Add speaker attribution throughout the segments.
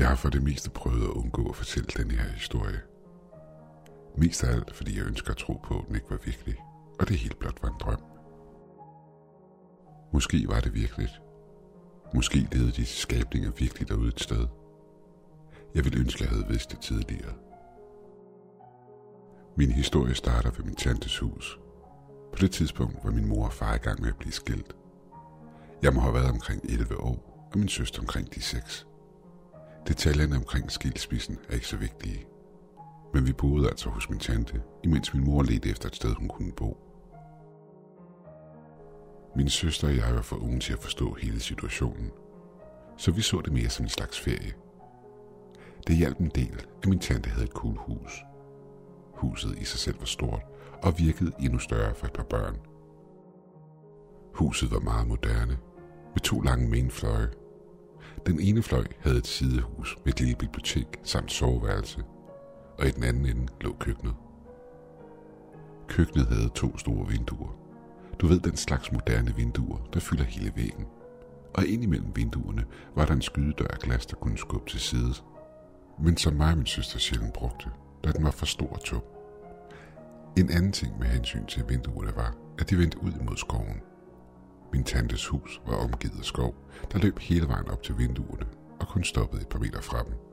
Speaker 1: Jeg har for det meste prøvet at undgå at fortælle denne her historie. Mest af alt, fordi jeg ønsker at tro på, at den ikke var virkelig, og det helt blot var en drøm. Måske var det virkeligt. Måske levede de skabninger virkelig derude et sted. Jeg ville ønske, at jeg havde vidst det tidligere. Min historie starter ved min tantes hus. På det tidspunkt var min mor og far i gang med at blive skilt. Jeg må have været omkring 11 år, og min søster omkring de 6. Detaljerne omkring skilsmissen er ikke så vigtige. Men vi boede altså hos min tante, imens min mor ledte efter et sted, hun kunne bo. Min søster og jeg var for unge til at forstå hele situationen, så vi så det mere som en slags ferie. Det hjalp en del, at min tante havde et cool hus. Huset i sig selv var stort og virkede endnu større for et par børn. Huset var meget moderne, med 2 lange mainfløje. Den ene fløj havde et sidehus med et lille bibliotek samt soveværelse, og i den anden ende lå køkkenet. Køkkenet havde 2 store vinduer. Du ved, den slags moderne vinduer, der fylder hele væggen. Og ind imellem vinduerne var der en skydedør af glas, der kunne skubbe til side. Men som mig og min søster sjældent brugte, da den var for stor og tung. En anden ting med hensyn til vinduerne var, at de vendte ud imod skoven. Min tantes hus var omgivet af skov, der løb hele vejen op til vinduerne og kun stoppede et par meter fra dem.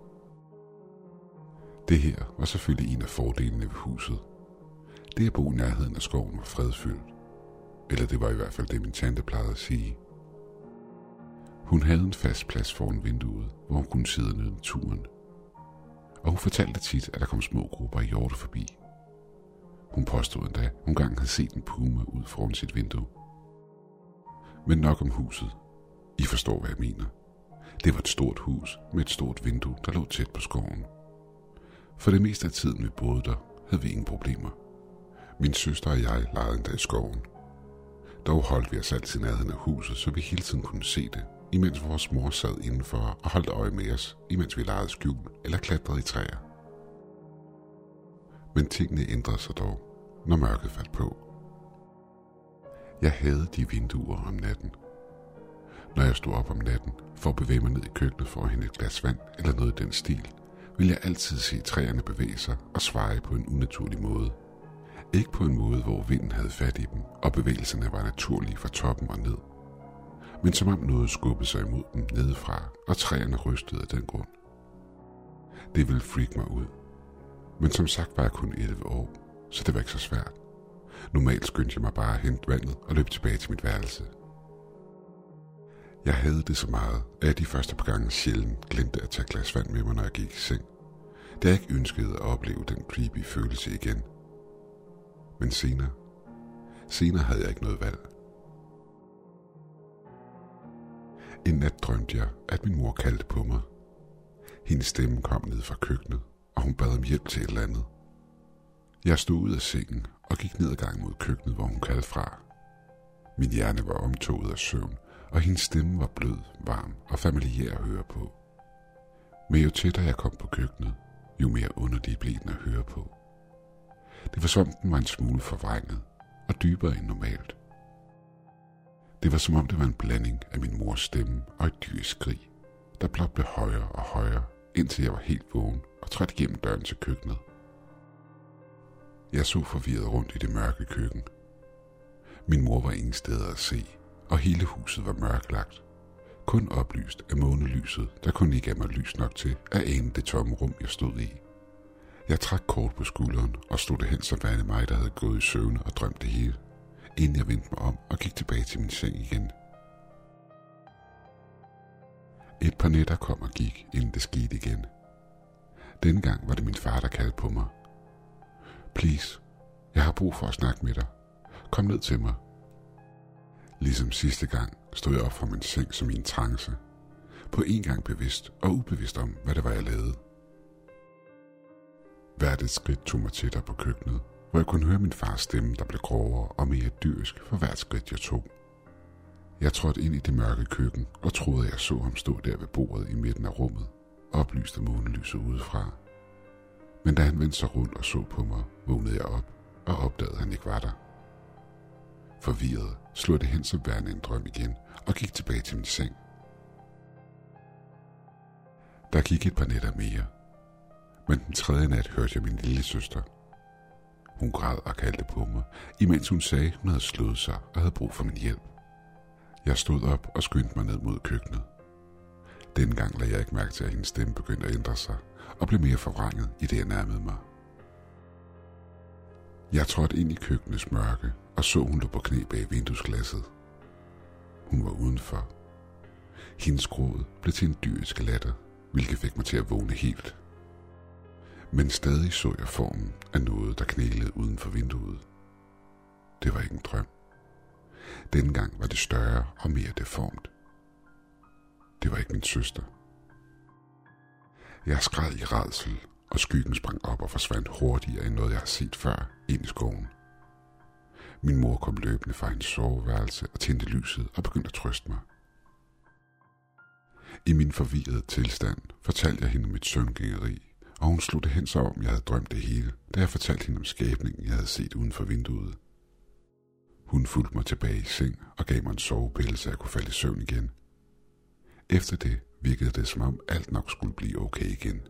Speaker 1: Det her var selvfølgelig en af fordelene ved huset. Det at bo i nærheden af skoven var fredfyldt. Eller det var i hvert fald det, min tante plejede at sige. Hun havde en fast plads foran vinduet, hvor hun kunne sidde og nyde naturen. Og hun fortalte tit, at der kom små grupper af hjorte forbi. Hun påstod endda, at hun engang havde set en puma ud foran sit vindue. Men nok om huset. I forstår, hvad jeg mener. Det var et stort hus med et stort vindue, der lå tæt på skoven. For det meste af tiden, vi boede der, havde vi ingen problemer. Min søster og jeg legede endda i skoven. Dog holdt vi os altid i nærheden af huset, så vi hele tiden kunne se det, imens vores mor sad indenfor og holdt øje med os, imens vi legede skjul eller klatrede i træer. Men tingene ændrede sig dog, når mørket faldt på. Jeg havde de vinduer om natten. Når jeg stod op om natten for at bevæge mig ned i køkkenet for at hente et glas vand eller noget i den stil, ville jeg altid se træerne bevæge sig og svaje på en unaturlig måde. Ikke på en måde, hvor vinden havde fat i dem, og bevægelserne var naturlige fra toppen og ned. Men som om noget skubbede sig imod dem nedefra, og træerne rystede af den grund. Det ville freak mig ud. Men som sagt var jeg kun 11 år, så det var ikke så svært. Normalt skyndte jeg mig bare at hente vandet og løb tilbage til mit værelse. Jeg havde det så meget, at jeg de første par gange sjældent glemte at tage et glas vand med mig, når jeg gik i seng. Da jeg ikke ønskede at opleve den creepy følelse igen. Men senere havde jeg ikke noget valg. En nat drømte jeg, at min mor kaldte på mig. Hendes stemme kom ned fra køkkenet, og hun bad om hjælp til et eller andet. Jeg stod ud af sengen og gik ned ad gangen mod køkkenet, hvor hun kaldte fra. Min hjerne var omtoget af søvn, og hendes stemme var blød, varm og familiær at høre på. Men jo tættere jeg kom på køkkenet, jo mere underlig blev den at høre på. Det var som om den var en smule forvrænget og dybere end normalt. Det var som om det var en blanding af min mors stemme og et dyrisk skrig, der blot blev højere og højere, indtil jeg var helt vågen og trådte igennem døren til køkkenet. Jeg så forvirret rundt i det mørke køkken. Min mor var ingen steder at se, og hele huset var mørklagt. Kun oplyst af månelyset, der kun ikke gav mig lys nok til at ane det tomme rum, jeg stod i. Jeg trak kort på skulderen og stod det hen som værende mig, der havde gået i søvne og drømt det hele, inden jeg vendte mig om og gik tilbage til min seng igen. Et par nætter kom og gik, inden det skete igen. Denne gang var det min far, der kaldte på mig. Please, jeg har brug for at snakke med dig. Kom ned til mig. Ligesom sidste gang stod jeg op fra min seng som i en trance. På en gang bevidst og ubevidst om, hvad det var, jeg lavede. Hvert et skridt tog mig tættere på køkkenet, hvor jeg kunne høre min fars stemme, der blev grovere og mere dyrisk for hvert skridt, jeg tog. Jeg trådte ind i det mørke køkken og troede, at jeg så ham stå der ved bordet i midten af rummet, oplyst af månelyset udefra. Men da han vendte sig rundt og så på mig, vågnede jeg op og opdagede, at han ikke var der. Forvirret slog det hen som værende en drøm igen og gik tilbage til min seng. Der gik et par nætter mere, men den tredje nat hørte jeg min lille søster. Hun græd og kaldte på mig, imens hun sagde, hun havde slået sig og havde brug for min hjælp. Jeg stod op og skyndte mig ned mod køkkenet. Dengang lagde jeg ikke mærke til, at hendes stemme begyndte at ændre sig og blev mere forvrænget, i det jeg nærmede mig. Jeg trådte ind i køkkenets mørke og så, hun lå på knæ bag vinduesglasset. Hun var udenfor. Hendes gråd blev til en dyrisk latter, hvilket fik mig til at vågne helt. Men stadig så jeg formen af noget, der knælede uden for vinduet. Det var ikke en drøm. Denne gang var det større og mere deformt. Det var ikke min søster. Jeg skred i rædsel, og skyggen sprang op og forsvandt hurtigere end noget, jeg har set før, ind i skoven. Min mor kom løbende fra hendes soveværelse og tændte lyset og begyndte at trøste mig. I min forvirrede tilstand fortalte jeg hende om mit søvngængeri, og hun slog det hen så om, jeg havde drømt det hele, da jeg fortalte hende om skabningen, jeg havde set uden for vinduet. Hun fulgte mig tilbage i seng og gav mig en sovepille, så jeg kunne falde i søvn igen. Efter det virkede det, som om alt nok skulle blive okay igen.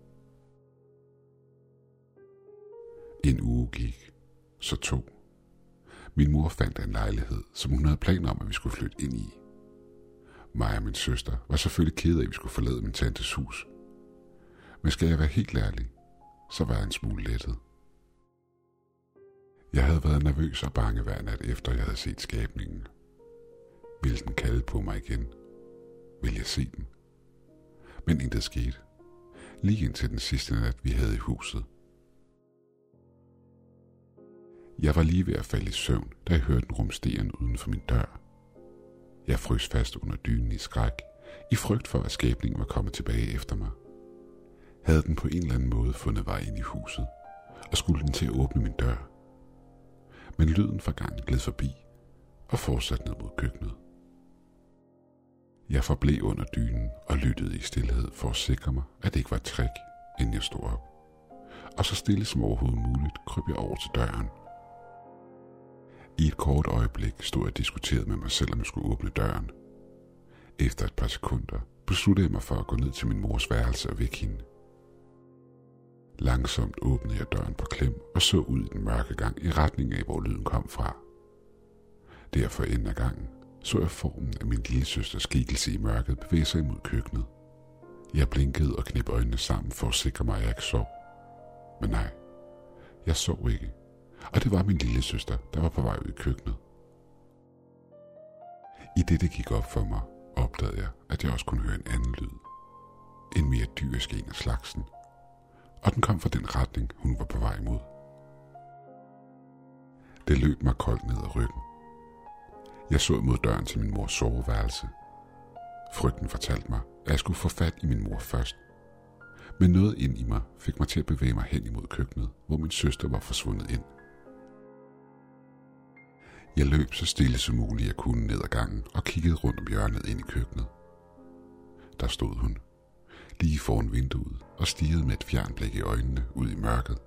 Speaker 1: En uge gik, så 2. Min mor fandt en lejlighed, som hun havde planer om, at vi skulle flytte ind i. Mig og min søster var selvfølgelig kede af, at vi skulle forlade min tantes hus. Men skal jeg være helt ærlig, så var jeg en smule lettet. Jeg havde været nervøs og bange hver nat efter, jeg havde set skabningen. Ville den kalde på mig igen? Ville jeg se den? Men intet skete. Lige indtil den sidste nat, vi havde i huset. Jeg var lige ved at falde i søvn, da jeg hørte en rumsteren uden for min dør. Jeg frøs fast under dynen i skræk, i frygt for, at skabningen var kommet tilbage efter mig. Havde den på en eller anden måde fundet vej ind i huset, og skulle den til at åbne min dør. Men lyden fra gangen gled forbi, og fortsatte ned mod køkkenet. Jeg forblev under dynen og lyttede i stilhed for at sikre mig, at det ikke var et trick, inden jeg stod op. Og så stille som overhovedet muligt kryb jeg over til døren. I et kort øjeblik stod jeg og diskuterede med mig selv, om jeg skulle åbne døren. Efter et par sekunder besluttede jeg mig for at gå ned til min mors værelse og vække hende. Langsomt åbnede jeg døren på klem og så ud i den mørke gang i retning af, hvor lyden kom fra. Derfor enden af gangen så jeg formen af min lille søsters skikkelse i mørket bevæge sig imod køkkenet. Jeg blinkede og knep øjnene sammen for at sikre mig, at jeg ikke sov. Men nej, jeg sov ikke. Og det var min lille søster, der var på vej ud i køkkenet. I det gik op for mig, opdagede jeg, at jeg også kunne høre en anden lyd. En mere dyrisk en af slagsen. Og den kom fra den retning, hun var på vej imod. Det løb mig koldt ned ad ryggen. Jeg så mod døren til min mors soveværelse. Frygten fortalte mig, at jeg skulle få fat i min mor først. Men noget ind i mig fik mig til at bevæge mig hen imod køkkenet, hvor min søster var forsvundet ind. Jeg løb så stille som muligt jeg kunne ned ad gangen og kiggede rundt om hjørnet ind i køkkenet. Der stod hun, lige foran vinduet og stirrede med et fjernt blik i øjnene ud i mørket.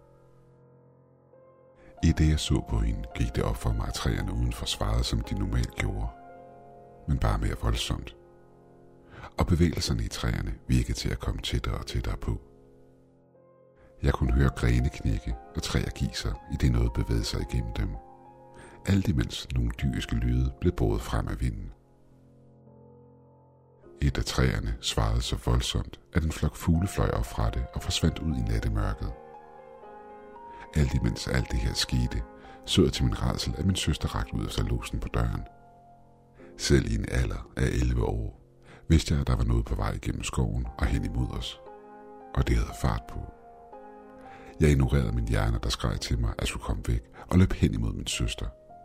Speaker 1: I det jeg så på hende, gik det op for mig, at træerne udenfor svarede, som de normalt gjorde. Men bare mere voldsomt. Og bevægelserne i træerne virkede til at komme tættere og tættere på. Jeg kunne høre grene knække og træer give sig, i det noget bevægede sig igennem dem. Alt imens nogle dyriske lyde blev båret frem af vinden. Et af træerne svarede så voldsomt, at en flok fugle fløj op fra det og forsvandt ud i nattemørket. Alt imens alt det her skete, så jeg til min rædsel, at min søster rakte ud efter låsen på døren. Selv i en alder af 11 år, vidste jeg, at der var noget på vej igennem skoven og hen imod os. Og det havde fart på. Jeg ignorerede min hjerne, der skreg til mig, at jeg skulle komme væk, og løb hen imod min søster.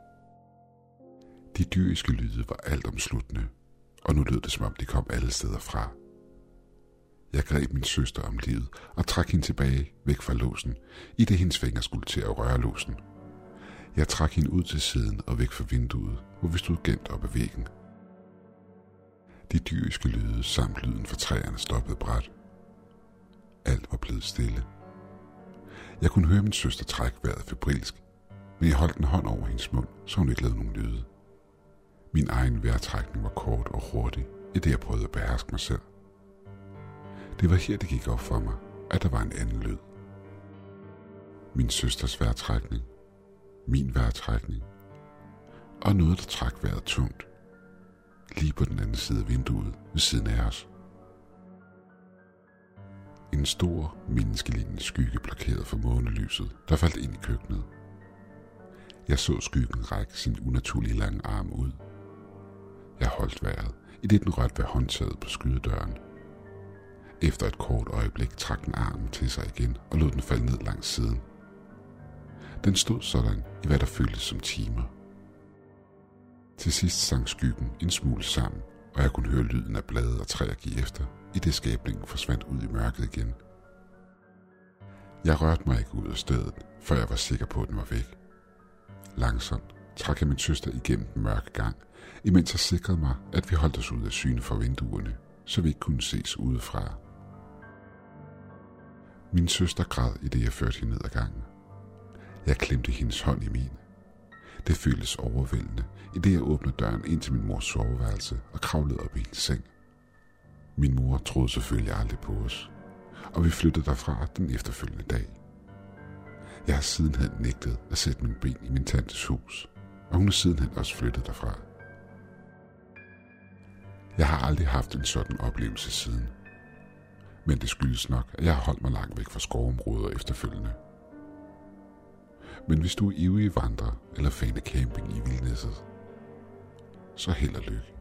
Speaker 1: De dyriske lyde var altomsluttende, og nu lød det, som om de kom alle steder fra. Jeg greb min søster om livet og trak hende tilbage væk fra låsen, i det hendes fingre skulle til at røre låsen. Jeg trak hende ud til siden og væk fra vinduet, hvor vi stod gemt op ad væggen. De dyriske lyde samt lyden fra træerne stoppede brat. Alt var blevet stille. Jeg kunne høre min søster trække vejret febrilsk, men jeg holdt en hånd over hendes mund, så hun ikke lavede nogen lyde. Min egen vejrtrækning var kort og hurtig, i det jeg prøvede at beherske mig selv. Det var her, det gik op for mig, at der var en anden lyd. Min søsters vejrtrækning, min vejrtrækning, og noget, der trak vejret tungt, lige på den anden side af vinduet ved siden af os. En stor, menneskelignende skygge blokerede for månelyset, der faldt ind i køkkenet. Jeg så skyggen række sin unaturlige lange arm ud. Jeg holdt vejret, i det den rørte ved håndtaget på skydedøren. Efter et kort øjeblik trak den armen til sig igen og lod den falde ned langs siden. Den stod sådan i hvad der føltes som timer. Til sidst sank skyggen en smule sammen, og jeg kunne høre lyden af blade og træer give efter, i det skabningen forsvandt ud i mørket igen. Jeg rørte mig ikke ud af stedet, før jeg var sikker på, at den var væk. Langsomt trak jeg min søster igennem den mørke gang, imens jeg sikrede mig, at vi holdt os ud af syne for vinduerne, så vi ikke kunne ses udefra. Min søster græd, i det jeg førte hende ned ad gangen. Jeg klemte hendes hånd i min. Det føltes overvældende, i det jeg åbnede døren ind til min mors soveværelse og kravlede op i hendes seng. Min mor troede selvfølgelig aldrig på os, og vi flyttede derfra den efterfølgende dag. Jeg har sidenhen nægtet at sætte mine ben i min tantes hus, og hun har sidenhen også flyttet derfra. Jeg har aldrig haft en sådan oplevelse siden, men det skyldes nok, at jeg har holdt mig langt væk fra skovområder efterfølgende. Men hvis du er ivrig vandrer eller fan af camping i vildnæsset, så held og lykke.